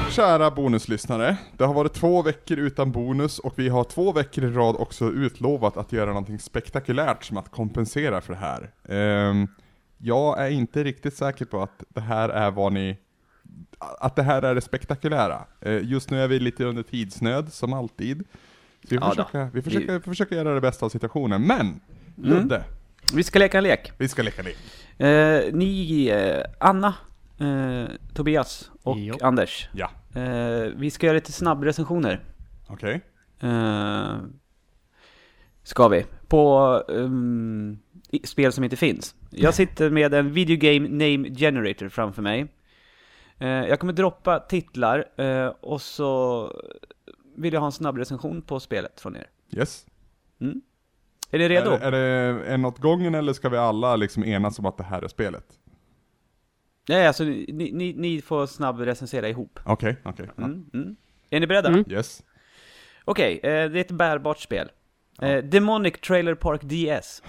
Kära bonuslyssnare, det har varit 2 veckor utan bonus och vi har 2 veckor i rad också utlovat att göra någonting spektakulärt som att kompensera för det här. Jag är inte riktigt säker på att det här är att det här är det spektakulära. Just nu är vi lite under tidsnöd som alltid. Så vi försöker göra det bästa av situationen. Men, Ludde. Vi ska leka en lek. Anna, Tobias och Anders. Ja. Vi ska göra lite snabbrecensioner. Okej. Ska vi. På spel som inte finns. Jag sitter med en Video Game Name Generator framför mig. Jag kommer droppa titlar och så vill jag ha en snabb recension på spelet från er. Yes. Är ni redo? Är det en åt gången eller ska vi alla liksom enas om att det här är spelet? Nej, alltså ni får snabb recensera ihop. Okej. Är ni beredda? Yes. Okej, det är ett bärbart spel. Demonic Trailer Park DS.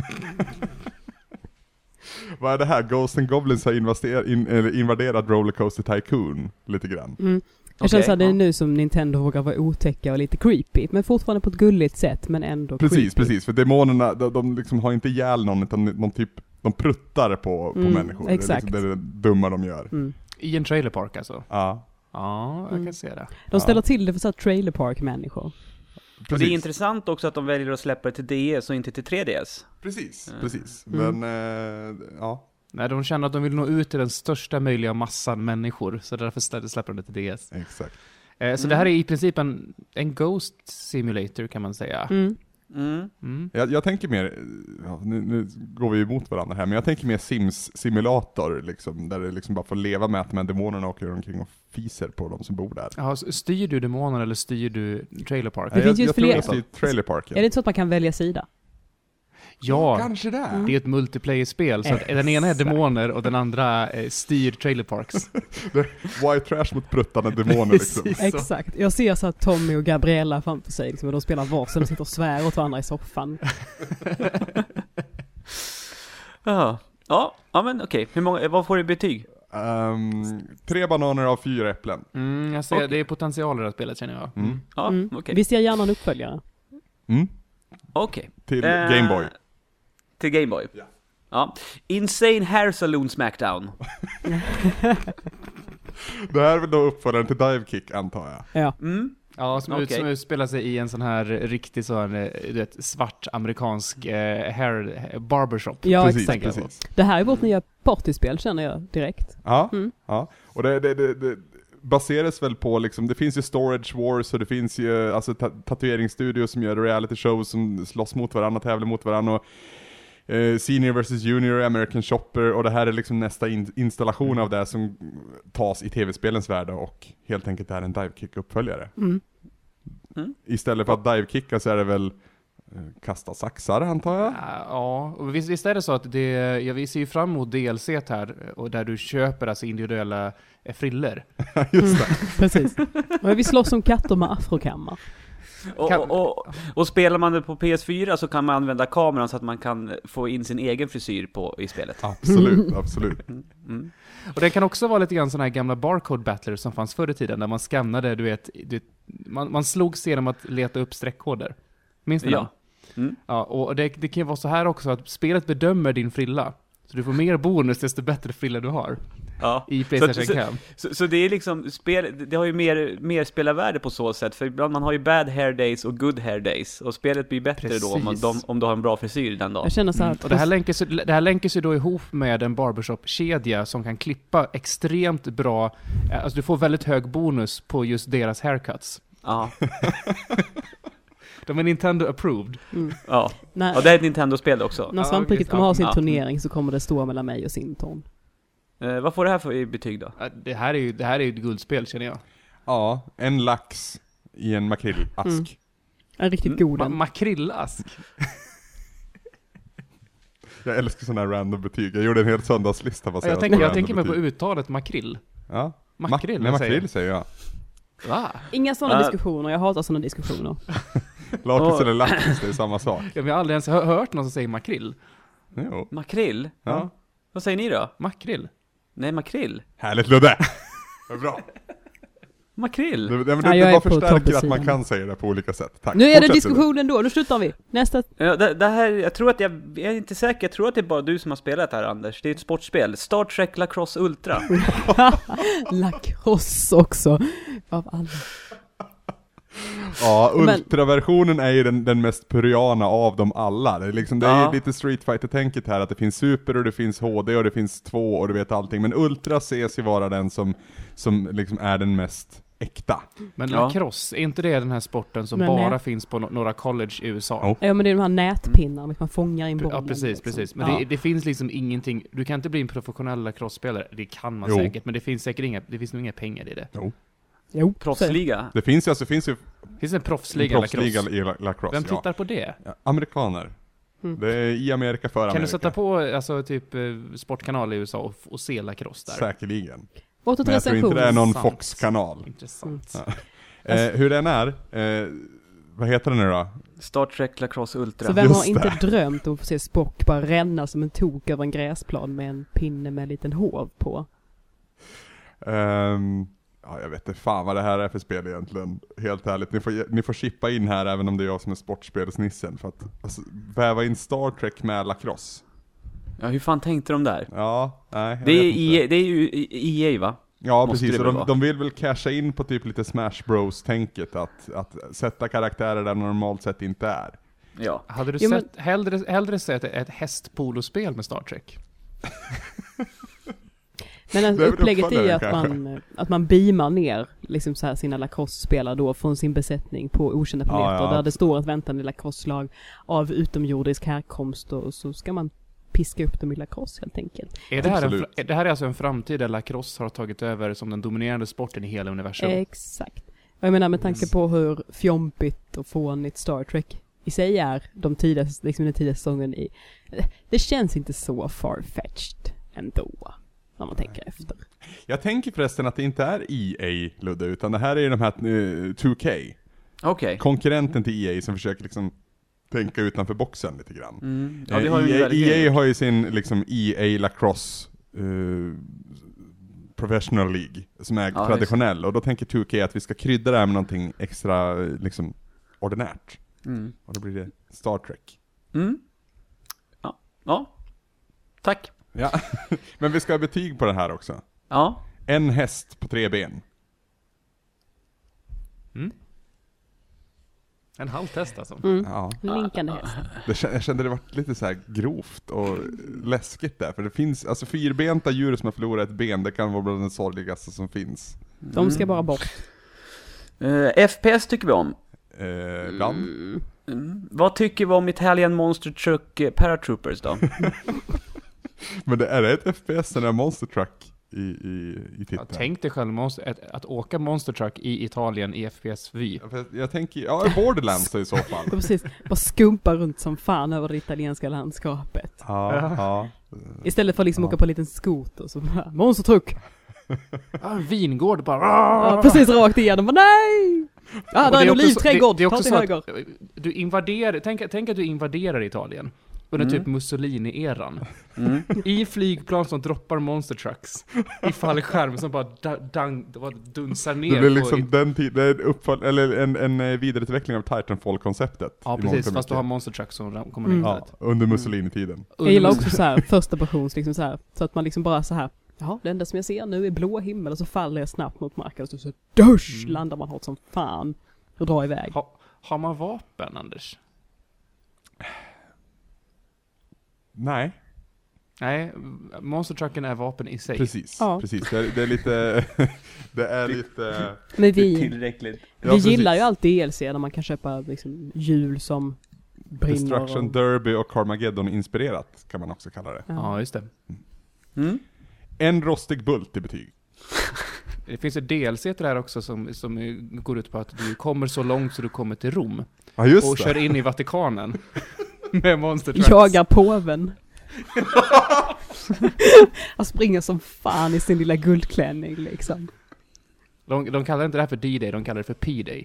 Vad är det här? Ghosts and Goblins har invaderat Rollercoaster Tycoon lite grann. Det känns att det är nu som Nintendo vågar vara otäcka och lite creepy, men fortfarande på ett gulligt sätt, men ändå creepy. Precis, för demonerna, de liksom har inte ihjäl någon, utan de pruttar på människor. Exakt. Det är liksom det dumma de gör. I en trailerpark alltså? Ja. Ja, jag kan se det. De ställer till det för så här trailerpark-människor. Och det är intressant också att de väljer att släppa det till DS och inte till 3DS. Precis. Men, ja. Nej, de känner att de vill nå ut till den största möjliga massan människor. Så därför släpper de det till DS. Exakt. Så det här är i princip en Ghost Simulator kan man säga. Jag tänker mer, nu går vi emot varandra här, men jag tänker mer Sims-simulator liksom, där det liksom bara får leva med att de här demonerna åker omkring och fiser på de som bor där. Ja, styr du demoner eller styr du trailerpark? Det finns ju flera. Jag styr trailerparken. Är det inte så att man kan välja sida? Ja, kanske det. Det är ett multiplayer-spel, så att den ena är demoner och den andra styr trailerparks. White trash mot pruttande demoner liksom. Exakt. Jag ser så att Tommy och Gabriella framför sig liksom, och de spelar varsin och sitter och svär åt varandra i soffan. Ja, men okej. Vad får du betyg? 3 bananer av 4 äpplen. Jag ser, det är potential i det här spelet, känner jag. Okay. Vi ser gärna en uppföljare. Okej. Till Game Boy. Till Game Boy. Ja. Insane Hair Saloon Smackdown. Det här är väl då uppföljaren till Dive Kick, antar jag. Ja. Ja, som utspelar sig i en sån här riktig sån, svart amerikansk hair barbershop. Ja, precis. Det här är vårt nya partyspel, känner jag direkt. Ja. Och det baseras väl på liksom, det finns ju Storage Wars och det finns ju alltså tatueringsstudios som gör reality shows som slåss mot varandra, tävlar mot varandra och Senior vs Junior, American Shopper, och det här är liksom nästa installation av det som tas i tv-spelens värld och helt enkelt är en divekick-uppföljare. Istället för att divekicka så är det väl kasta saxar, antar jag? Ja, och visst är det så att vi ser ju fram emot DLC här, och där du köper alltså individuella friller. Just det. Precis. Och vi slåss som katter med afrokammar. Och spelar man det på PS4 så kan man använda kameran så att man kan få in sin egen frisyr i spelet. Absolut. Och det kan också vara lite grann sådana här gamla barcode battlers som fanns förr i tiden, där man skannade, man slogs genom att leta upp streckkoder. Minns ni det? Ja, och det kan ju vara så här också att spelet bedömer din frilla. Så du får mer bonus desto bättre frilla du har. Ja. I PlayStation Cam. Så det är liksom det har ju mer spelarvärde på så sätt, för ibland man har ju bad hair days och good hair days, och spelet blir bättre då om du har en bra frisyr den dagen. Jag känner så här att och det här länkas ju då ihop med en barbershop-kedja som kan klippa extremt bra. Alltså du får väldigt hög bonus på just deras haircuts. Ja. De är Nintendo approved. Ja. Och det är ett Nintendo-spel också. När Svampriket kommer ha sin turnering så kommer det stå mellan mig och Sinton. Vad får det här för betyg då? Det här är ju ett guldspel, känner jag. Ja, en lax i en makrillask. En riktigt god. Makrillask? Jag älskar sådana här random betyg. Jag gjorde en hel söndagslista baserat jag tänker mig på uttalet makrill. Ja. Makrill säger jag. Va? Inga sådana diskussioner, jag hatar sådana diskussioner. Lakris eller lakrits, det är samma sak. Jag har aldrig ens hört någon som säger makrill. Jo. Makrill? Ja. Vad säger ni då? Makrill? Nej, makrill. Härligt, Ludde! Det är bra. Makrill? Det bara förstärker att man kan säga det på olika sätt. Tack. Nu är det diskussionen då, nu slutar vi. Nästa. Ja, det här, jag är inte säker, jag tror att det är bara du som har spelat här, Anders. Det är ett sportspel. Star Trek Lacrosse Ultra. Lacrosse också. Av alla. Ja, ultraversionen är ju den mest puriana av dem alla. Det är ju lite Street Fighter-tänket här, att det finns Super och det finns HD och det finns 2 och du vet allting. Men Ultra ses ju vara den som liksom är den mest äkta. Men lacrosse, är inte det den här sporten som bara finns på några college i USA? Ja, men det är de här nätpinnarna, man fångar in bollen. Ja, precis. Men det finns liksom ingenting, du kan inte bli en professionell lacrosse-spelare, det kan man säkert, men det finns säkert nog inga pengar i det. Jo, proffsliga. Det finns ju Finns en proffsliga lacrosse. Vem tittar på det? Ja, amerikaner. Det är i Amerika för Amerika. Kan du sätta på alltså typ sportkanal i USA och se lacrosse där? Säkerligen. Men jag tror inte det är någon Fox-kanal. Intressant. Ja. Hur den är, vad heter den nu då? Star Trek Lacrosse Ultra. Så vem har inte drömt om att få se Spock bara ränna som en tok över en gräsplan med en pinne med en liten hov på? Ja, jag vet inte fan vad det här är för spel egentligen. Helt ärligt, ni får chippa in här även om det är jag som är sportspelsnissen. För att väva in Star Trek med lacrosse. Ja, hur fan tänkte de där? Ja, nej. Det är ju EA, va? Ja, precis. Och de vill väl casha in på typ lite Smash Bros-tänket. Att sätta karaktärer där normalt sett inte är. Ja. Hade du hellre sett ett hästpolospel med Star Trek? Men upplägget är ju att man beamar ner liksom så här sina lacrosse-spelare då från sin besättning på okända planeter där det står ett väntande lacrosse-lag av utomjordisk härkomst, och så ska man piska upp dem i lacrosse helt enkelt. Det här är alltså en framtid där lacrosse har tagit över som den dominerande sporten i hela universum? Exakt. Och jag menar med tanke på hur fjompigt och fånigt Star Trek i sig är den tidiga säsongen i. Det känns inte så far-fetched ändå. När man tänker efter. Jag tänker förresten att det inte är EA, Ludde, utan det här är de här 2K. Okay. Konkurrenten till EA som försöker liksom tänka utanför boxen lite grann. Ja, det har EA har ju sin liksom EA Lacrosse Professional League som är traditionell. Och då tänker 2K att vi ska krydda det här med någonting extra liksom ordinärt. Och då blir det Star Trek. Ja. Tack. Ja, men vi ska ha betyg på det här också. Ja. En häst på 3 ben. En halvtest alltså. Ja. Linkande häst. Jag kände det var lite så här grovt och läskigt där. För det finns, alltså 4-benta djur som har förlorat ett ben, det kan vara bland den sorgligaste som finns. De ska bara bort. FPS tycker vi om. Bland. Vad tycker vi om Italian Monster Truck Paratroopers då? Men det är ett FPS, den här Monster Truck i titeln. Tänk dig själv att åka Monster Truck i Italien i FPS-vy. Jag tänker, Borderlands i så fall. Precis, bara skumpa runt som fan över det italienska landskapet. Ja. Istället för liksom åka på en liten skoter så bara, Monster Truck. Vingård bara. Ja, precis rakt igenom, bara nej! Ja, där är en olivträdgård, det är också ta till höger. Du invaderar, tänk att du invaderar Italien. Under typ Mussolini-eran. I flygplan som droppar monster trucks. I fallskärm som bara dunsar ner. Det blir liksom det är en vidareutveckling av Titanfall-konceptet. Ja, precis. Fast du har monster trucks som kommer ner. Ja, under Mussolini-tiden. Jag gillar också så här, första persons liksom så här. Så att man liksom bara så här. Ja, det enda som jag ser nu är blå himmel. Och så faller jag snabbt mot marken. Och så dusch, landar man hårt som fan. Och drar iväg. Har man vapen, Anders? Nej, Monster Trucken är vapen i sig. Precis. Det är lite Men tillräckligt. Vi gillar ju alltid DLC där man kan köpa liksom hjul som brinner. Destruction Derby och Carmageddon inspirerat kan man också kalla det. Ja, just det. En rostig bult i betyg. Det finns ett DLC till det här också som går ut på att du kommer så långt så du kommer till Rom. Ja, just och det. Kör in i Vatikanen. Med Monster Trucks. Jagar påven. Han springer som fan i sin lilla guldklänning liksom. De kallar inte det här för D-Day, de kallar det för P-Day.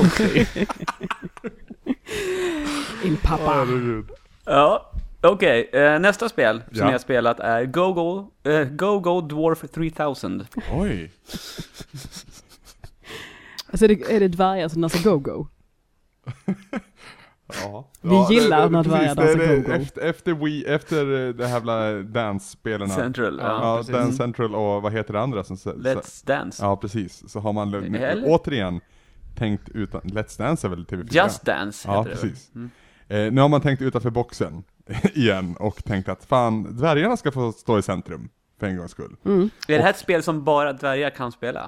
In pappa. Ja, okej. Nästa spel som jag har spelat är Go Go Dwarf 3000. Oj. Alltså är det dvärgar som dansar go-go? Ja. Vi gillar när dvärgar dansar go-go. Efter det här jävla dance-spelarna. Central. Ja, Dance Central och vad heter det andra? Let's Dance. Ja, precis. Så har man återigen tänkt utan... Let's Dance är väl TV4? Just Dance heter det. Ja, precis. Nu har man tänkt utanför boxen igen och tänkt att fan, dvärgarna ska få stå i centrum för en gångs skull. Är det här ett spel som bara dvärgar kan spela?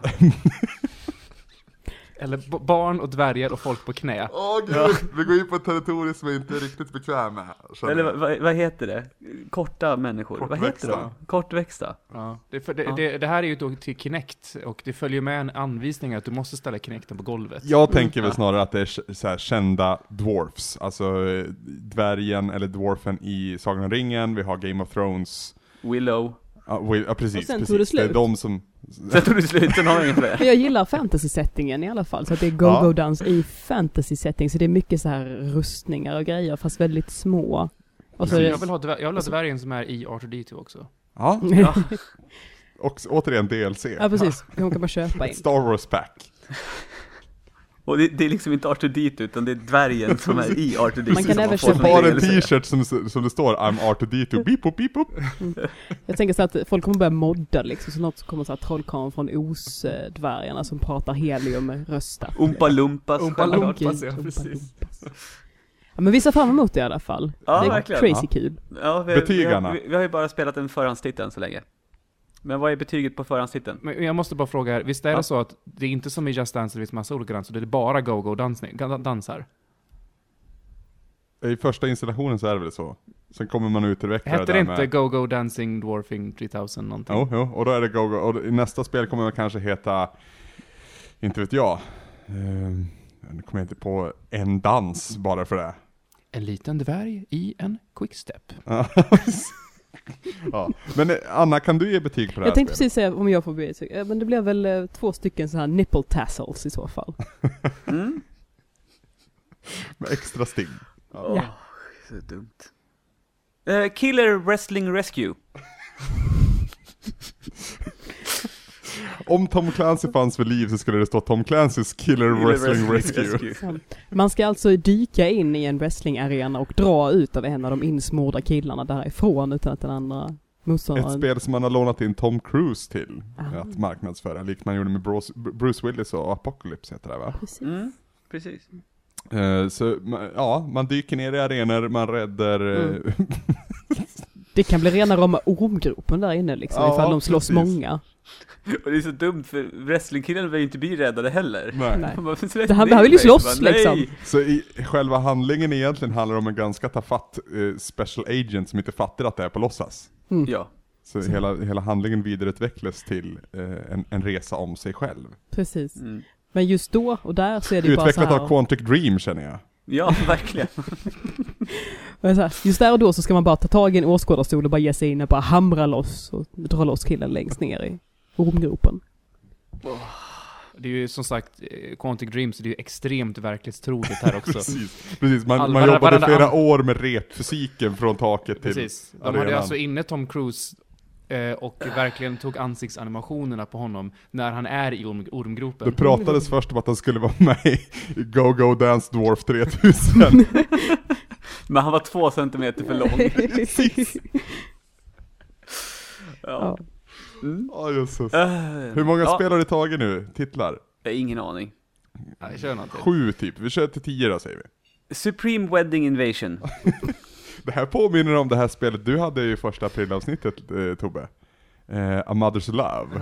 Eller barn och dvärgar och folk på knä. Gud, vi går in på ett territorium som jag inte är riktigt bekväm med. Eller vad heter det? Korta människor. Vad heter de? Kortväxta. Ja. Det här är ju då till Kinect och det följer med en anvisning att du måste ställa Kinecten på golvet. Jag tänker väl snarare att det är så här kända dwarfs. Alltså dvärgen eller dwarfen i Sagan om ringen. Vi har Game of Thrones. Willow. Ja, precis. Och sen tog det slut. Det är de som... Sen tog det slut, sen har ingen fler. Men jag gillar fantasy-settingen i alla fall. Så att det är go-go-dans i fantasy-setting. Så det är mycket så här rustningar och grejer, fast väldigt små. Och så jag vill ha dvärgen som är i R2D2 också. Ja. Och återigen DLC. Ja, precis. Hon kan bara köpa in. Star Wars pack. Och det är liksom inte R2D2 utan det är dvärgen som är i R2D2. Man kan även köpa bara en t-shirt som det står I'm R2D2, beep boop, beep boop. Jag tänker så att folk kommer börja modda liksom, så något kommer så här trollkarlen från Os-dvärgarna som pratar helium-rösta. Umpa Lumpas. Ja, precis. Ja, men vi ser fram emot det i alla fall. Ja, det är verkligen. Crazy kul. Ja, betygarna. Vi har ju bara spelat en förhandstitel så länge. Men vad är betyget på förhandstiteln? Men jag måste bara fråga här, visst är det så att det är inte som i Just Dance, det finns massa olika danser, det är bara go-go-dansar? I första installationen så är det väl så. Sen kommer man utveckla det där. Hette det inte Go-Go Dancing Dwarfing 3000 någonting? Jo, och då är det Go-Go. Och i nästa spel kommer det kanske heta, inte vet jag, nu kommer jag inte på en dans bara för det. En liten dvärg i en quickstep. Ja. Men Anna, kan du ge betyg på det här? Jag tänkte precis säga om jag får betyg. Men det blir väl 2 stycken så här nipple tassels i så fall. Med extra sting. Ja. Så dumt. Killer Wrestling Rescue. Om Tom Clancy fanns vid liv så skulle det stå Tom Clancy's Killer Wrestling Rescue. Man ska alltså dyka in i en wrestlingarena och dra ut av en av de insmorda killarna därifrån utan att den andra motståndaren... Ett spel som man har lånat in Tom Cruise till att marknadsföra, likt man gjorde med Bruce Willis och Apocalypse heter det, va? Precis. Så ja, man dyker ner i arenor, man räddar... Det kan bli rena rama ormgropen där inne liksom, ifall de slåss många. Och det är så dumt för wrestlingkillen vill ju inte bli räddade heller. Nej. Det här vill ju slåss liksom. Så i själva handlingen egentligen handlar om en ganska tafatt special agent som inte fattar att det är på låtsas. Ja. Så hela handlingen vidareutvecklas till en resa om sig själv. Precis. Men just då och där så är det ju bara så här... Utvecklat av Quantic Dream känner jag. Ja, verkligen. Just där och då så ska man bara ta tag i en åskådarstol och bara ge sig in och bara hamra loss och dra loss killen längst ner i ormgropen. Det är ju som sagt Quantic Dream, så det är ju extremt verklighetstroget här också. Precis. Man jobbade flera år med repfysiken från taket till precis. De hade alltså inne Tom Cruise och verkligen tog ansiktsanimationerna på honom när han är i ormgropen. Det pratades först om att han skulle vara med i Go-Go Dance Dwarf 3000. Men han var 2 centimeter för lång. Ja. Jesus. Hur många spel har du tagit nu? Titlar? Jag har ingen aning. Jag kör någonting. 7 typ. Vi kör till 10 då, säger vi. Supreme Wedding Invasion. Det här påminner om det här spelet du hade i första aprilavsnittet, Tobbe. A Mother's Love.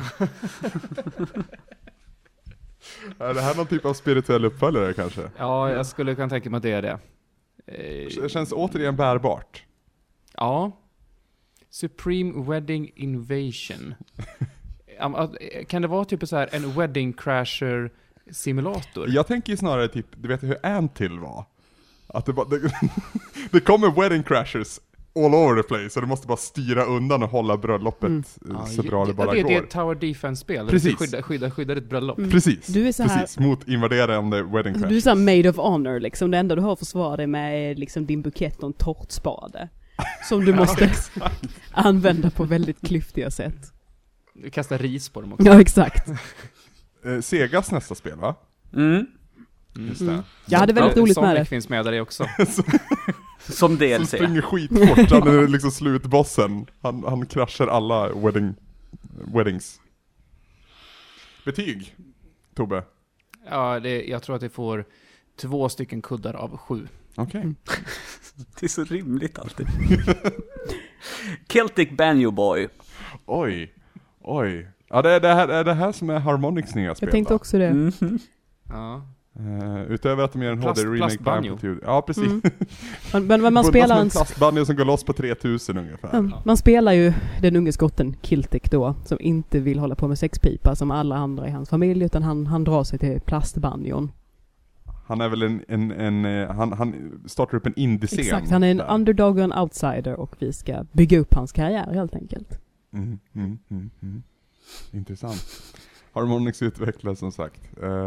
Är det här någon typ av spirituell uppföljare kanske? Ja, jag skulle kunna tänka mig att det är det. Det känns återigen bärbart. Ja. Supreme Wedding Invasion. Kan det vara typ så här en Wedding Crasher simulator? Jag tänker ju snarare typ, du vet hur Antil var? Att det kommer Wedding Crashers all over the place, så du måste bara styra undan och hålla bröllopet så bra det bara går. Det är ett Tower Defense-spel. Precis. Skydda ett bröllop. Precis. Du är så här, precis, mot invaderande Wedding Crashers. Du är så här made of honor liksom. Det enda du har att försvara dig med är liksom din bukett och en tårtspade. Som du måste använda på väldigt klyftiga sätt. Du kastar ris på dem också. Ja, exakt. Segas nästa spel, va? Just det. Jag hade väldigt roligt med det. Sonic finns med där också. Som DLC. Som springer skitfort, han är liksom slutbossen. Han kraschar alla weddings. Betyg, Tobbe? Ja, jag tror att det får 2 stycken kuddar av 7. Okej. Det är så rimligt alltid. Celtic Banjo Boy. Oj. Ja, det är det här som är Harmonix nya spel. Jag tänkte också det. Ja. Utöver att de gör en HD-remake på Amplitude. Ja, precis. Men man spelar en plastbanjo som går loss på 3000 ungefär. Man spelar ju den unge skotten Celtic då, som inte vill hålla på med sexpipa som alla andra i hans familj, utan han drar sig till plastbanjon. Han är väl han startar upp en indie-scen. Exakt, han är en underdog och en outsider, och vi ska bygga upp hans karriär helt enkelt. Intressant. Harmonix utvecklas som sagt.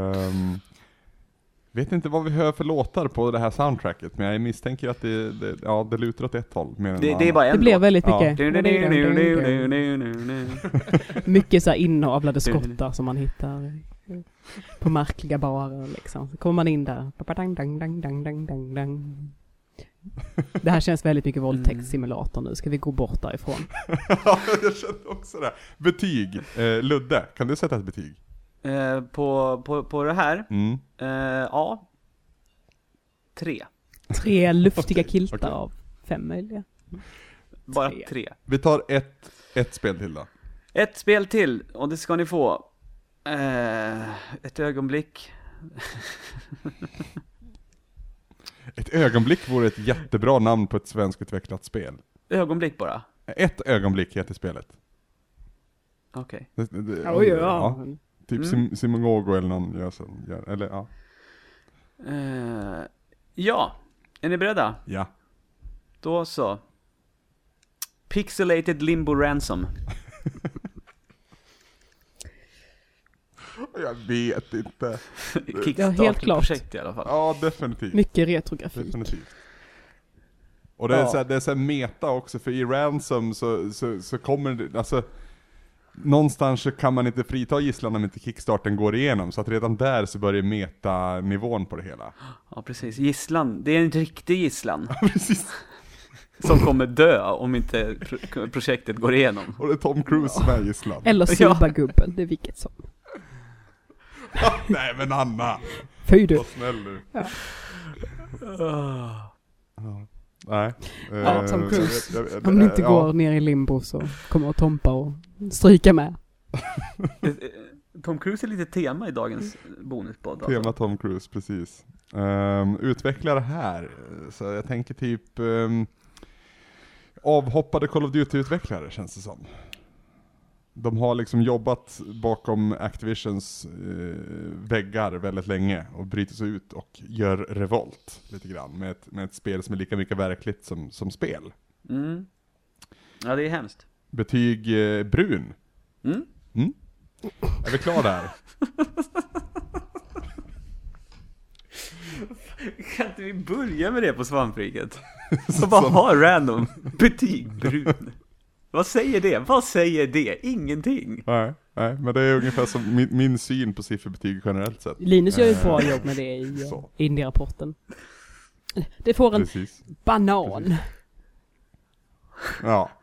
Vet inte vad vi hör för låtar på det här soundtracket, men jag misstänker att det lutar åt ett håll. Det är bara en det blev väldigt mycket. Ja. Mycket så här inavlade skottar som man hittar på märkliga barer liksom. Så kommer man in där. Det här känns väldigt mycket våldtäktssimulator nu. Ska vi gå bort därifrån? Ja, jag känner också det. Betyg. Ludde, kan du sätta ett betyg? På det här? Ja. 3. 3 luftiga kiltar av 5 möjliga. Bara 3. Vi tar ett spel till då. Ett spel till, och det ska ni få. Ett ögonblick. Ett ögonblick vore ett jättebra namn på ett svenskutvecklat spel. Ögonblick bara? Ett ögonblick heter spelet. Okej. Ja. Typ Simogogo eller någon gör, eller ja. Ja, är ni beredda? Ja. Då så. Pixelated Limbo Ransom. Jag vet inte. Kickstarter-projekt i alla fall. Ja, definitivt. Mycket retrografik. Definitivt. Och det är så här meta också, för i Ransom så kommer det, alltså någonstans så kan man inte frita gisslan om inte Kickstarten går igenom, så att redan där så börjar meta-nivån på det hela. Ja, precis. Gisslan, det är en riktig gisslan. Precis. Som kommer dö om inte projektet går igenom. Och det är Tom Cruise som är gisslan. Eller Silva-gubben, det är vilket som. Nej men Anna. Fy du. Var snäll du. Ja. Nej. Tom Cruise. Om det inte går ner i limbo så kommer Tompa och stryka med. Tom Cruise är lite tema i dagens bonuspodd. Alltså. Tema Tom Cruise, precis. Utvecklare här. Så jag tänker typ avhoppade Call of Duty-utvecklare känns det som. De har liksom jobbat bakom Activisions väggar väldigt länge och bryter sig ut och gör revolt lite grann med ett spel som är lika mycket verkligt som spel. Ja, det är hemskt. Betyg brun. Är vi klara där? Kan inte vi börja med det på Svampriket? Så bara ha random betyg brun. Vad säger det? Vad säger det? Ingenting. Nej, men det är ungefär som min syn på sifferbetyg generellt sett. Linus gör ju ett bra jobb med det i Indie-rapporten. Det får en banan. Precis. Ja.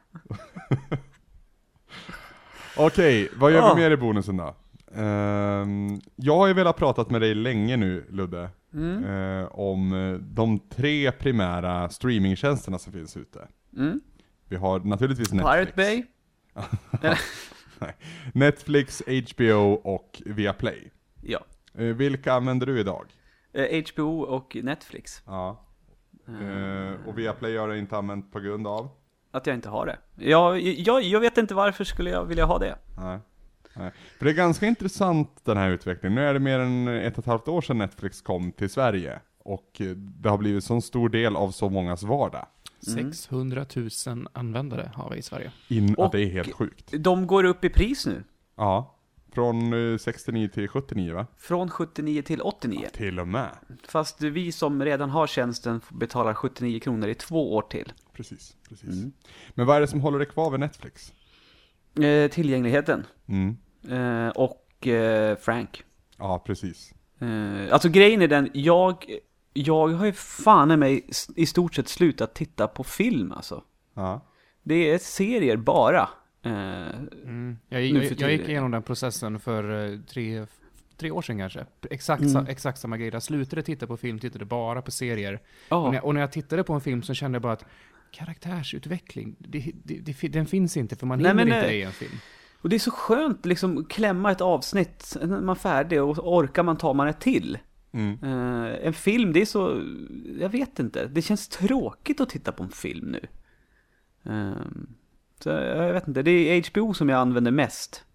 Okej, vad gör vi mer i bonusen då? Jag har ju velat prata med dig länge nu, Ludde. Om de 3 primära streamingtjänsterna som finns ute. Vi har naturligtvis Netflix. Pirate Bay? Nej. Netflix, HBO och Viaplay. Ja. Vilka använder du idag? HBO och Netflix. Ja. Och Viaplay har jag inte använt på grund av? Att jag inte har det. Jag vet inte varför skulle jag vilja ha det. Nej. För det är ganska intressant den här utvecklingen. Nu är det mer än 1,5 år sedan Netflix kom till Sverige. Och det har blivit så stor del av så mångas vardag. 600 000 användare har vi i Sverige. Att det är helt sjukt. De går upp i pris nu. Ja, från 69 till 79 va? Från 79 till 89. Ja, till och med. Fast vi som redan har tjänsten betalar 79 kronor i 2 år till. Precis. Men vad är det som håller det kvar vid Netflix? Tillgängligheten. Och Frank. Ja, precis. Alltså grejen är den, jag har ju fan i mig i stort sett slutat titta på film alltså. Ja. Det är serier bara. Jag gick igenom den processen för 3 år sedan kanske. Exakt samma grej. Jag slutade titta på film, tittade bara på serier. Och när jag tittade på en film så kände jag bara att karaktärsutveckling, den finns inte för man hinner inte i en film. Och det är så skönt liksom klämma ett avsnitt när man är färdig och orkar man tar man ett till. En film, det är så, jag vet inte, det känns tråkigt att titta på en film nu. Så jag vet inte, det är HBO som jag använder mest,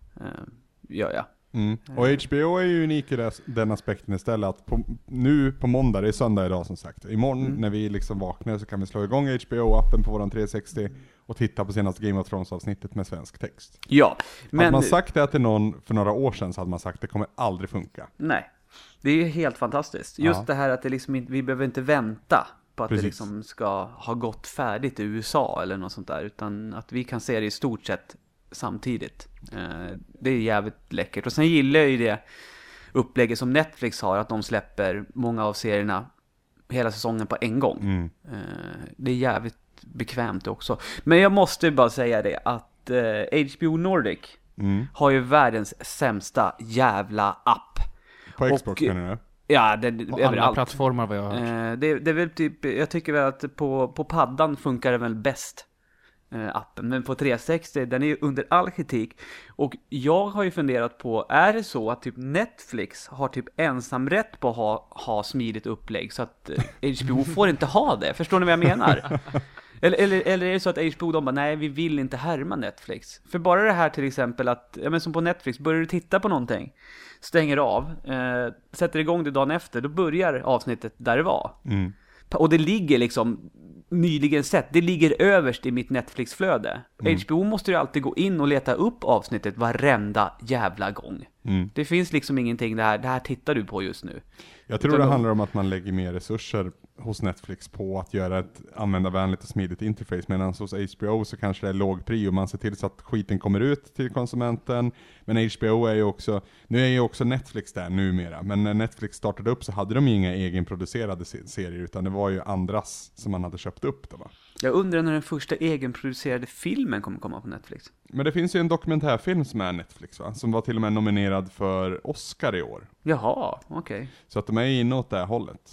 gör jag. Och HBO är ju unik i den aspekten istället att nu på måndag, det är söndag idag som sagt. Imorgon när vi liksom vaknar så kan vi slå igång HBO-appen på våran 360 och titta på senaste Game of Thrones-avsnittet med svensk text. Ja, men... Hade man sagt det till någon för några år sedan så hade man sagt att det kommer aldrig funka. Nej, det är helt fantastiskt. Just det här att det liksom vi behöver inte vänta på att det liksom ska ha gått färdigt i USA eller något sånt där, utan att vi kan se det i stort sett samtidigt. Det är jävligt läckert. Och sen gillar jag ju det upplägget som Netflix har, att de släpper många av serierna hela säsongen på en gång. Det är jävligt bekvämt också. Men jag måste bara säga det att HBO Nordic har ju världens sämsta jävla app. På Xbox menar du? Ja, på alla plattformar vad jag har hört. Det är väl typ, jag tycker väl att på paddan funkar det väl bäst, appen, men på 360 den är ju under all kritik. Och jag har ju funderat på, är det så att typ Netflix har typ ensamrätt på att ha smidigt upplägg så att HBO får inte ha det? Förstår ni vad jag menar? Eller är det så att HBO de bara, nej vi vill inte härma Netflix? För bara det här till exempel att, ja men som på Netflix, börjar du titta på någonting, stänger av, sätter igång det dagen efter, då börjar avsnittet där det var. Och det ligger liksom nyligen sett, det ligger överst i mitt Netflix-flöde. HBO måste ju alltid gå in och leta upp avsnittet varenda jävla gång. Det finns liksom ingenting, det här tittar du på just nu. Jag tror det handlar om att man lägger mer resurser hos Netflix på att göra ett användarvänligt och smidigt interface, medan hos HBO så kanske det är låg prio, man ser till så att skiten kommer ut till konsumenten. Men HBO är ju också, nu är ju också Netflix där numera, men när Netflix startade upp så hade de inga egenproducerade serier, utan det var ju andras som man hade köpt upp då, va? Jag undrar när den första egenproducerade filmen kommer komma på Netflix. Men det finns ju en dokumentärfilm som är Netflix, va? Som var till och med nominerad för Oscar i år. Jaha, okej. Så att de är inne åt det här hållet.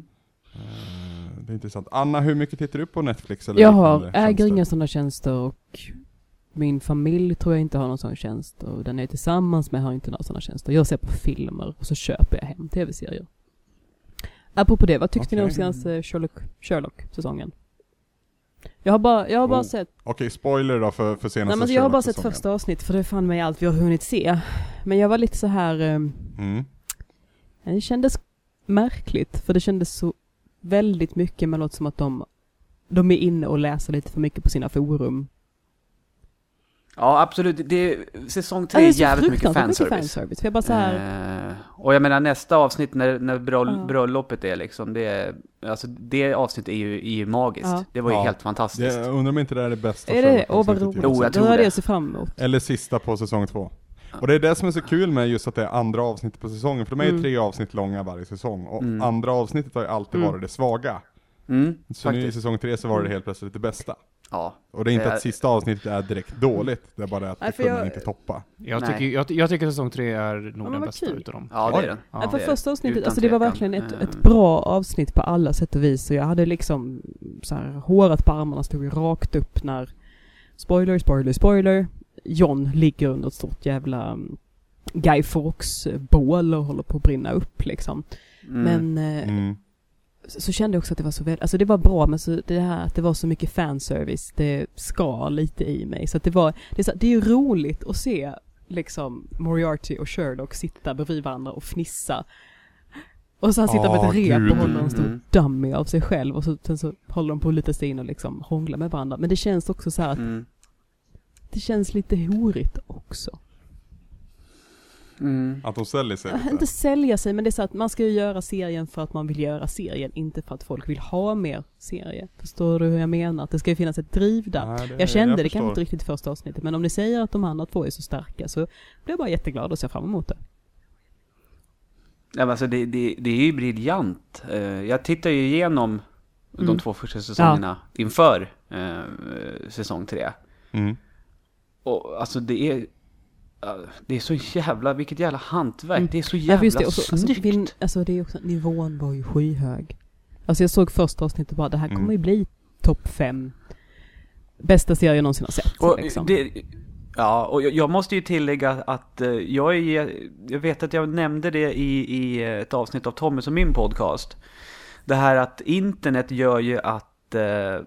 Det är intressant. Anna, hur mycket tittar du på Netflix? Eller jag äger inga sådana tjänster och min familj tror jag inte har någon sån tjänst. Och den är tillsammans med har inte några sådana tjänster. Jag ser på filmer och så köper jag hem tv-serier. Apropå det, vad tyckte ni om senaste Sherlock-säsongen? Jag har bara sett... Okej, spoiler då för senaste Sherlock-säsongen. Jag har bara sett första avsnitt, för det fann mig allt vi har hunnit se. Men jag var lite så här... Det kändes märkligt, för det kändes så väldigt mycket, men låter som att de är inne och läser lite för mycket på sina forum. Ja, absolut. Säsong 3 är jävligt mycket fanservice. För jag bara så här... och jag menar nästa avsnitt när bröllopet är liksom, det avsnittet är ju magiskt. Ja. Det var ju helt fantastiskt. Jag undrar om inte det är det bästa. Är det? Vad roligt. Jag tror det. Det ser fram emot. Eller sista på säsong 2. Och det är det som är så kul med just att det är andra avsnitt på säsongen. För de är ju 3 avsnitt långa varje säsong. Och andra avsnittet har ju alltid varit det svaga. Så nu i säsong 3 så var det helt plötsligt det bästa. Ja. Och det är inte att sista avsnittet är direkt dåligt. Det är bara att det kunde inte toppa. Jag tycker säsong 3 är nog den bästa utav dem. Ja, det är den. Ja, för första avsnittet, alltså det var verkligen ett bra avsnitt på alla sätt och vis. Så jag hade liksom så här hårat på armarna, stod rakt upp när spoiler. John ligger under ett stort jävla Guy Fawkes bål och håller på att brinna upp liksom. Men så kände jag också att det var så väl, alltså det var bra, men så det här att det var så mycket fanservice, det skar lite i mig. Så att det är ju roligt att se liksom Moriarty och Sherlock sitta bredvid varandra och fnissa. Och så han sitter med ett rep och håller en stor dummy av sig själv, och sen så håller de på lite stin och liksom hånglar med varandra. Men det känns också så här att det känns lite horigt också. Att de säljer sig lite. Inte sälja sig, men det är så att man ska ju göra serien för att man vill göra serien, inte för att folk vill ha mer serie. Förstår du hur jag menar? Att det ska ju finnas ett driv där. Nej, jag kände det kanske inte riktigt i första avsnittet, men om ni säger att de andra 2 är så starka så blir jag bara jätteglad och ser fram emot det. Ja, alltså det är ju briljant. Jag tittar ju igenom de 2 första säsongerna inför säsong 3. Och alltså det är så jävla, vilket jävla hantverk. Det är så jävla snyggt. Alltså det är också, nivån var ju skyhög. Alltså jag såg första avsnittet bara, det här kommer ju bli topp 5 bästa serier jag någonsin har sett. Och liksom. och jag måste ju tillägga att jag vet att jag nämnde det i ett avsnitt av Thomas och min podcast. Det här att internet gör ju att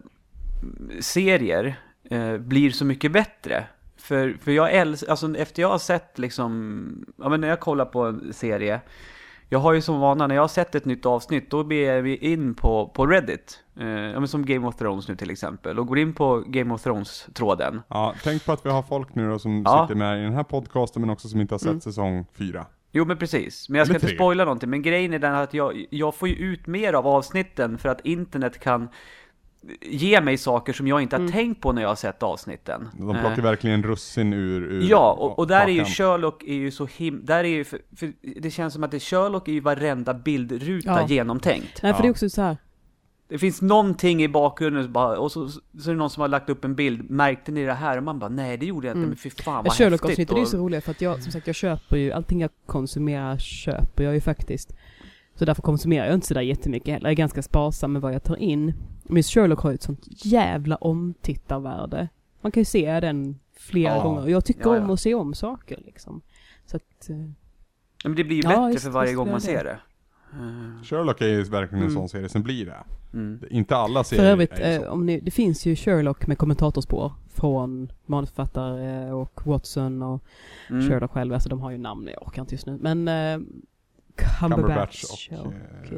serier blir så mycket bättre. För jag älskar, alltså efter jag har sett liksom, ja men när jag kollar på en serie, jag har ju som vana, när jag har sett ett nytt avsnitt, då ber vi in på Reddit, ja men som Game of Thrones nu till exempel, och går in på Game of Thrones-tråden. Ja, tänk på att vi har folk nu då som sitter med i den här podcasten, men också som inte har sett säsong 4. Jo men precis, men jag ska inte spoila någonting, men grejen är den att jag får ju ut mer av avsnitten för att internet kan ge mig saker som jag inte har tänkt på när jag har sett avsnitten. De plockar verkligen russin ur ja, och där är ju Sherlock är ju så där är ju för det känns som att Sherlock är ju varenda bildruta genomtänkt. Nej, för det är också så här. Det finns någonting i bakgrunden och så är det någon som har lagt upp en bild. Märkte ni det här? Och man bara, nej det gjorde jag inte, men fy fan vad Sherlock häftigt. Sherlock är ju så roligt för att jag, som sagt, jag köper ju allting jag konsumerar köper jag ju faktiskt. Så därför konsumerar jag inte så där jättemycket heller. Jag är ganska sparsam med vad jag tar in. Men Sherlock har ju ett sånt jävla omtittarvärde. Man kan ju se den flera gånger. Jag tycker om att se om saker liksom. Så att... Men det blir ju bättre för varje gång man ser det. Sherlock är ju verkligen en sån serie som blir det. Inte alla serier. För övrigt, det finns ju Sherlock med kommentatorspår från manusförfattare och Watson och Sherlock själv. Alltså de har ju namn, jag orkar inte just nu. Men Cumberbatch och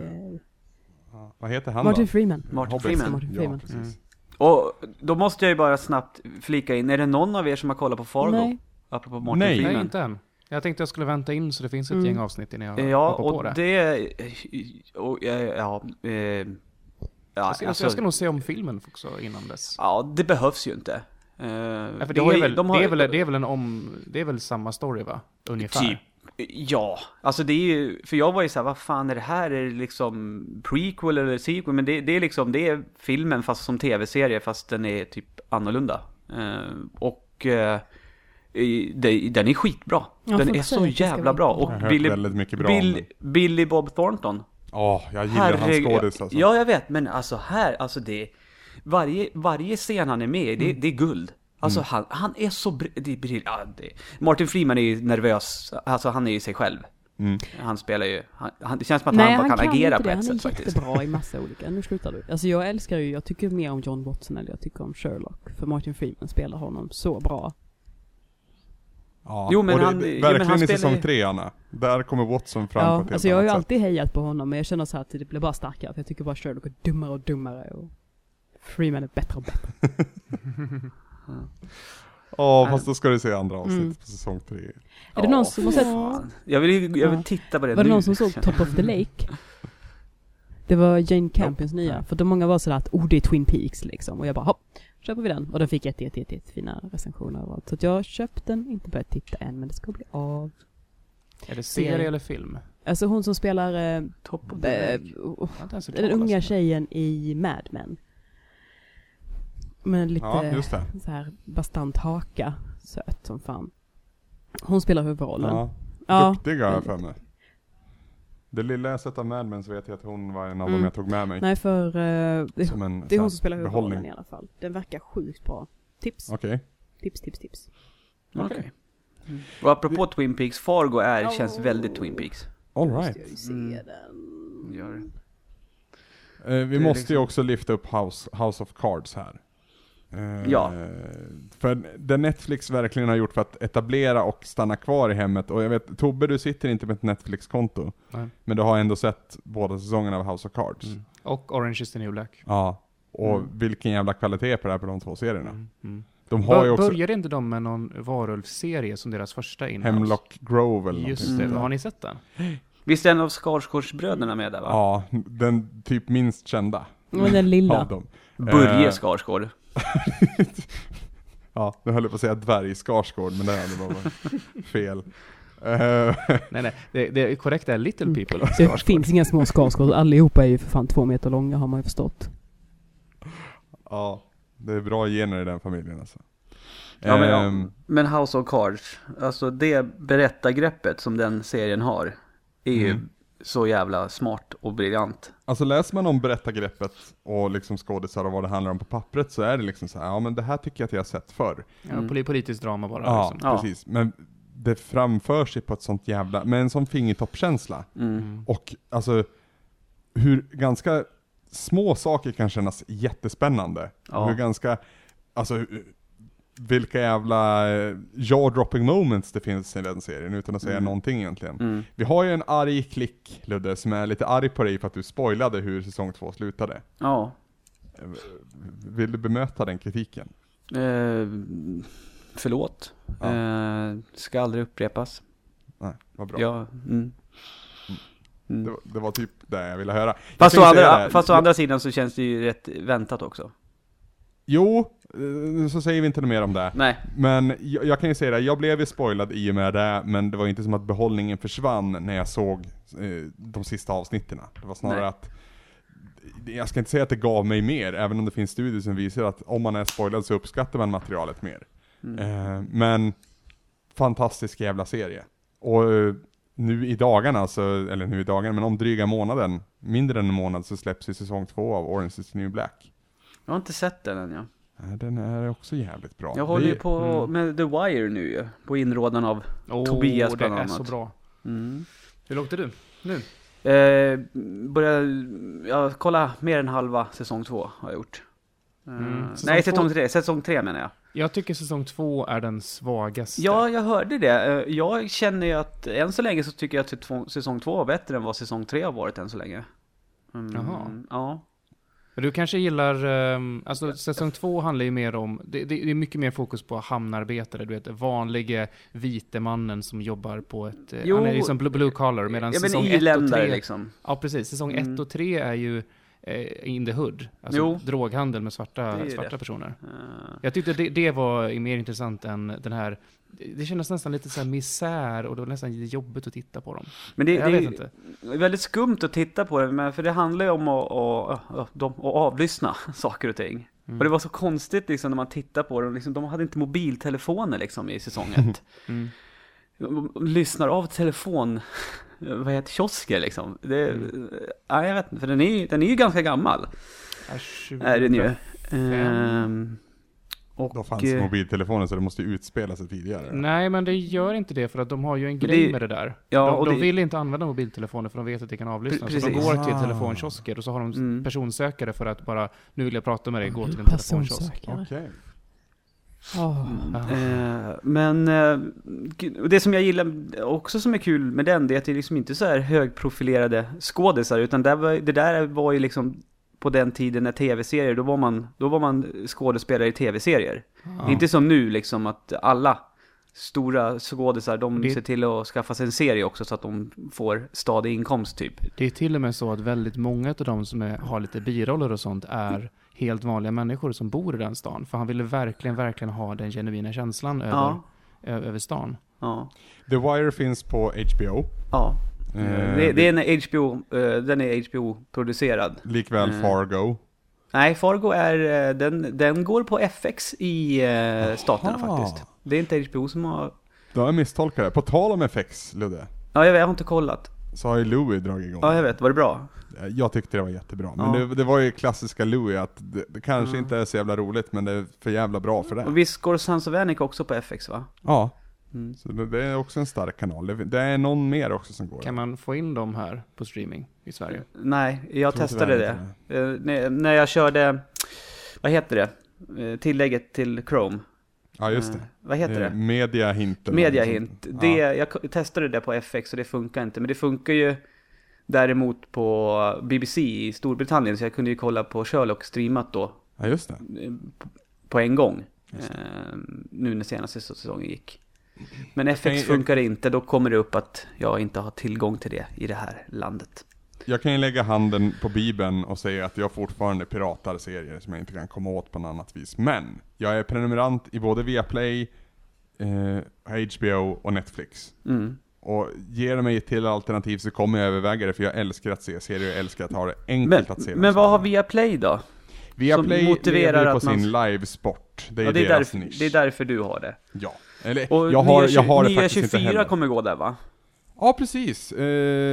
vad heter han Martin då? Freeman. Martin Freeman. Ja, precis. Och då måste jag ju bara snabbt flika in. Är det någon av er som har kollat på Fargo? Nej. Apropå Martin Freeman. Nej, inte än. Jag tänkte jag skulle vänta in så det finns ett gäng avsnitt innan jag hoppar på det. Jag ska nog se om filmen också innan dess. Ja, det behövs ju inte. För det är väl samma story va? Ungefär. Typ. Ja, alltså det är ju, för jag var ju såhär, vad fan är det här? Är det liksom prequel eller sequel? Men det är liksom, det är filmen fast som tv-serie, fast den är typ annorlunda. Den är skitbra. Den är så jävla bra. Och Billy Bob Thornton. Jag gillar hans skådis alltså. Ja, jag vet, men alltså här, alltså det varje scen han är med i, det är guld. Alltså han är så Martin Freeman är ju nervös. Alltså han är ju sig själv. Han spelar ju det känns som att han bara kan agera på ett sätt faktiskt. Han är jättebra i massa olika. Nu slutar du. Alltså jag tycker mer om John Watson eller jag tycker om Sherlock. För Martin Freeman spelar honom så bra. Ja, jo, men verkligen i säsong 3, Anna. Där kommer Watson fram på ett helt alltså jag har ju sätt. alltid hejat på honom, men jag känner så här att det blir bara starkare. För jag tycker bara Sherlock är dummare och dummare och Freeman är bättre och bättre. Fast då ska du se andra avsnitt på säsong 3. Är det någon som har sett... Jag vill titta på det. Var det någon som såg Top of the Lake? Det var Jane Campions nya. För de många var sådär att det är Twin Peaks liksom. Och jag bara, hopp, köper vi den. Och den fick fina recensioner och allt. Så att jag köpte den, inte börjat titta än, men det ska bli av. Är det serie eller film? Alltså hon som spelar den unga tjejen i Mad Men. Men lite så här bastant haka, söt som fan. Hon spelar huvudrollen. Duktiga för mig. Det lilla jag sett av Mad Men så vet jag att hon var en av dem jag tog med mig. Nej, för det är hon som spelar huvudrollen i alla fall. Den verkar sjukt bra. Tips. Okej. Tips. Okej. Och apropå Twin Peaks, Fargo känns väldigt Twin Peaks. All right. Jag se den. Gör det. Vi måste ju också lyfta upp House of Cards här. För det Netflix verkligen har gjort för att etablera och stanna kvar i hemmet. Och jag vet, Tobbe, du sitter inte med ett Netflix-konto. Nej. Men du har ändå sett båda säsongerna av House of Cards. Och Orange is the New Black. Ja, och vilken jävla kvalitet på det här på de två serierna. De har ju också... Började inte de med någon varulvsserie som deras första inhouse? Hemlock Grove eller just det, har ni sett den? Visst är en av Skarsgårdsbröderna med där va? Ja, den typ minst kända. Men den lilla. Börje Skarsgård. Ja, nu höll jag på att säga dvärg Skarsgård, men det var fel. Nej, det korrekta är little people. Det finns inga små Skarsgård. Allihopa är ju för fan 2 meter långa, har man ju förstått. Ja, det är bra gener i den familjen alltså. Ja, men House of Cards, alltså det berättargreppet som den serien har är ju så jävla smart och briljant. Alltså läser man om berättargreppet och liksom skådisar och vad det handlar om på pappret, så är det liksom så här, ja men det här tycker jag att jag har sett förr. Ja, politiskt drama bara. Ja, liksom. precis. Men det framför sig på ett sånt jävla, med en sån fingertoppkänsla. Och alltså hur ganska små saker kan kännas jättespännande. Och hur ganska, alltså vilka jävla jaw-dropping moments det finns i den serien, utan att säga någonting egentligen. Vi har ju en arg klick, Ludde, som är lite arg på dig för att du spoilade hur säsong 2 slutade. Ja. Vill du bemöta den kritiken? Förlåt. Ska aldrig upprepas. Nej, vad bra. Ja, Det var typ det jag ville höra. Fast å andra sidan så känns det ju rätt väntat också. Jo, så säger vi inte mer om det. Nej. Men jag kan ju säga det, jag blev ju spoilad i och med det, men det var inte som att behållningen försvann när jag såg de sista avsnitten. Det var snarare att, jag ska inte säga att det gav mig mer, även om det finns studier som visar att om man är spoilad så uppskattar man materialet mer. Men fantastisk jävla serie. Och nu i dagarna, men om dryga månaden, mindre än en månad, så släpps i säsong 2 av Orange is the New Black. Jag har inte sett den än, ja. Den är också jävligt bra. Jag håller ju på med The Wire nu ju, på inrådan av Tobias bland annat. Det är så bra. Hur långt är du nu? Kolla mer än halva säsong 2 har jag gjort. Nej, säsong 3 menar jag. Jag tycker säsong 2 är den svagaste. Ja, jag hörde det. Jag känner ju att än så länge så tycker jag att säsong 2 var bättre än vad säsong 3 har varit än så länge. Jaha. Ja. Du kanske gillar, alltså säsong 2 handlar ju mer om, det är mycket mer fokus på hamnarbetare, du vet, vanliga vite mannen som jobbar på ett, han är liksom blue collar, medan säsong 1 och 3 liksom. Ja, precis, säsong 1 och 3 är ju in the hood, alltså droghandel med svarta personer. Jag tyckte det var mer intressant än den här. Det kändes nästan lite så här misär, och det var nästan jobbigt att titta på dem. Men det är väldigt skumt att titta på det, men för det handlar ju om att avlyssna saker och ting. Och det var så konstigt liksom när man tittar på dem, liksom, de hade inte mobiltelefoner liksom i säsong 1. De lyssnar av telefon, vad heter kiosker liksom. Ja, jag vet inte, för den är ju ganska gammal. Är den ju. Och då fanns mobiltelefoner, så det måste ju utspela sig tidigare. Nej, men det gör inte det, för att de har ju en grej med det där. Ja, de vill inte använda mobiltelefoner för de vet att det kan avlyssnas. Så de går till telefonkiosker och så har de personsökare för att bara, nu vill jag prata med dig, gå till en telefonkiosk. Okej. Men det som jag gillar också som är kul med den, det är att det är liksom inte så här högprofilerade skådisar, utan det där var ju liksom på den tiden när tv-serier, då var man skådespelare i tv-serier. Inte som nu liksom att alla stora skådisar, de ser till att skaffa sig en serie också så att de får stadig inkomst typ. Det är till och med så att väldigt många av de som har lite biroller och sånt är helt vanliga människor som bor i den stan. För han ville verkligen ha den genuina känslan över stan. Ja. The Wire finns på HBO. Ja. Det är en HBO, den är HBO-producerad. Likväl Fargo. Nej, Fargo är den går på FX i staterna faktiskt. Det är inte HBO som har... Då har jag misstolkat det. På tal om FX, Ludde. Ja, jag har inte kollat. Så har ju Louis dragit igång. Ja, jag vet. Var det bra? Jag tyckte det var jättebra. Men det var ju klassiska Louis att det kanske inte är så jävla roligt, men det är för jävla bra för det. Och visst går Sons of Anarchy också på FX, va? Ja. Så det är också en stark kanal. Det är någon mer också som går. Kan man få in dem här på streaming i Sverige? Nej, jag testade det. När jag körde, vad heter det? Tillägget till Chrome. Ja, just det. Vad heter det? Media Hint. Jag testade det på FX och det funkar inte. Men det funkar ju däremot på BBC i Storbritannien. Så jag kunde ju kolla på Sherlock streamat då. Ja, just det. På en gång. Nu när senaste säsongen gick. Men FX funkar inte, då kommer det upp att jag inte har tillgång till det i det här landet. Jag kan ju lägga handen på Bibeln och säga att jag fortfarande piratar serier som jag inte kan komma åt på något annat vis. Men jag är prenumerant i både Viaplay, HBO och Netflix. Och ger det mig ett till alternativ så kommer jag överväga det, för jag älskar att se serier, jag älskar att ha det enkelt att se. Men vad har Viaplay då? Viaplay motiverar på sin livesport. Det är deras nisch. Det är därför du har det. Ja. Eller, och jag har det faktiskt 24 inte heller. Kommer gå där, va? Ja, precis. Det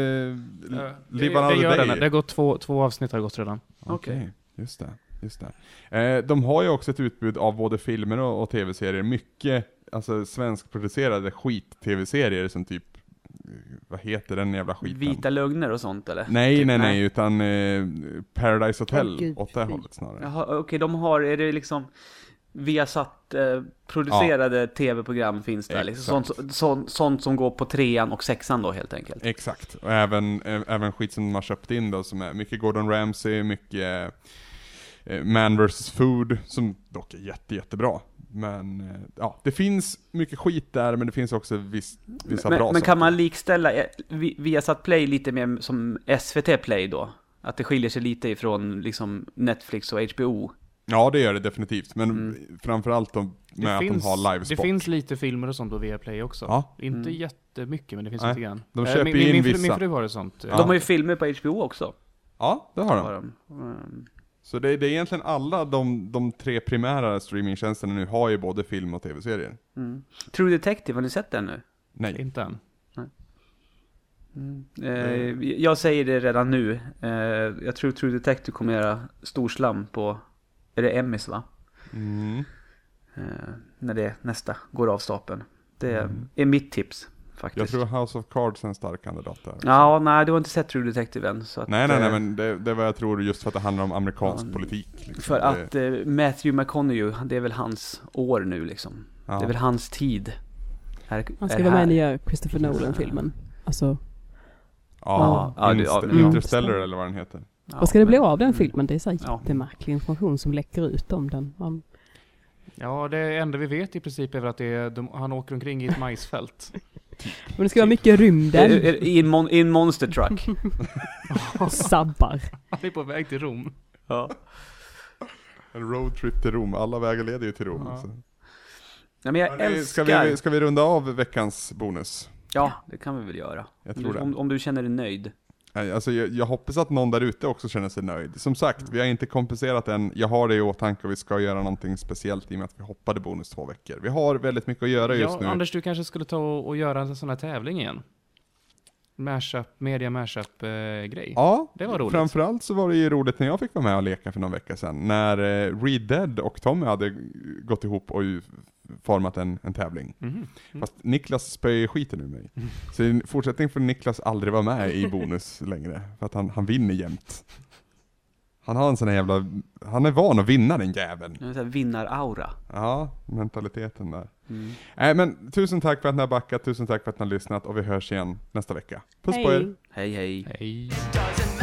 gör den. Det har gått två avsnitt har gått redan. Okej, just det. De har ju också ett utbud av både filmer och tv-serier. Mycket alltså svenskproducerade skit-tv-serier som typ, vad heter den jävla skiten? Vita lögner och sånt, eller? Nej, utan Paradise Hotel, åt det hållet snarare. Jaha, okej, de har, är det liksom Viasat producerade tv-program finns där, liksom, sånt som går på 3:an och 6:an då, helt enkelt. Exakt, och även skit som de har köpt in då, som är mycket Gordon Ramsay, mycket Man vs. Food, som dock är jättebra. Men ja, det finns mycket skit där, men det finns också vissa bra saker. Men kan man likställa Viasat Play lite mer som SVT Play då? Att det skiljer sig lite ifrån liksom Netflix och HBO? Ja, det gör det definitivt. Men framförallt med att de har livesport. Det finns lite filmer och sånt på Viaplay också. Ja. Inte jättemycket, men det finns lite grann. De köper in vissa. Min fru har det sånt. Ja. De har ju filmer på HBO också. Ja, det har de. Så det är egentligen alla de 3 primära streamingtjänsterna nu har ju både film och tv-serier. True Detective, har ni sett den nu? Nej. Inte än. Jag säger det redan nu. Jag tror True Detective kommer göra storslam på, är det Emmys, va? När det nästa går av stapeln. Det är mitt tips, faktiskt. Jag tror House of Cards är en stark kandidat där. Ja, nej, du har inte sett True Detective än. Så att, nej, men det är vad jag tror, just för att det handlar om amerikansk politik. Liksom. För att Matthew McConaughey, det är väl hans år nu liksom. Ja. Det är väl hans tid. Han ska vara med i nya Christopher Nolan-filmen. Alltså... Interstellar eller vad den heter. Vad ska det bli av den filmen? Det är så jättemärklig information som läcker ut om den. Ja, det enda vi vet i princip är att han åker omkring i ett majsfält. Men det ska vara mycket rymden. I en monster truck. Sabbar. Han är på väg till Rom. Ja. En roadtrip till Rom. Alla vägar leder ju till Rom. Ja. Ja, men jag älskar... Ska vi runda av veckans bonus? Ja, det kan vi väl göra. Jag tror det. Om du känner dig nöjd. Alltså jag hoppas att någon där ute också känner sig nöjd. Som sagt, vi har inte kompenserat än. Jag har det i åtanke och vi ska göra någonting speciellt i och med att vi hoppade bonus 2 veckor. Vi har väldigt mycket att göra just nu. Anders, du kanske skulle ta och göra en sån här tävling igen. Media mashup-grej. Ja, det var roligt. Framförallt så var det ju roligt när jag fick vara med och leka för någon vecka sedan. När Read Dead och Tommy hade gått ihop och format en tävling. Fast Niklas spöjer skiten ur mig. Så i fortsättning får Niklas aldrig vara med i bonus längre. För att han vinner jämt. Han har en sån här jävla... Han är van att vinna, den jäveln. En sån här vinnaraura. Ja, mentaliteten där. Men tusen tack för att ni har backat. Tusen tack för att ni har lyssnat. Och vi hörs igen nästa vecka. Puss på er. Hej. Hej.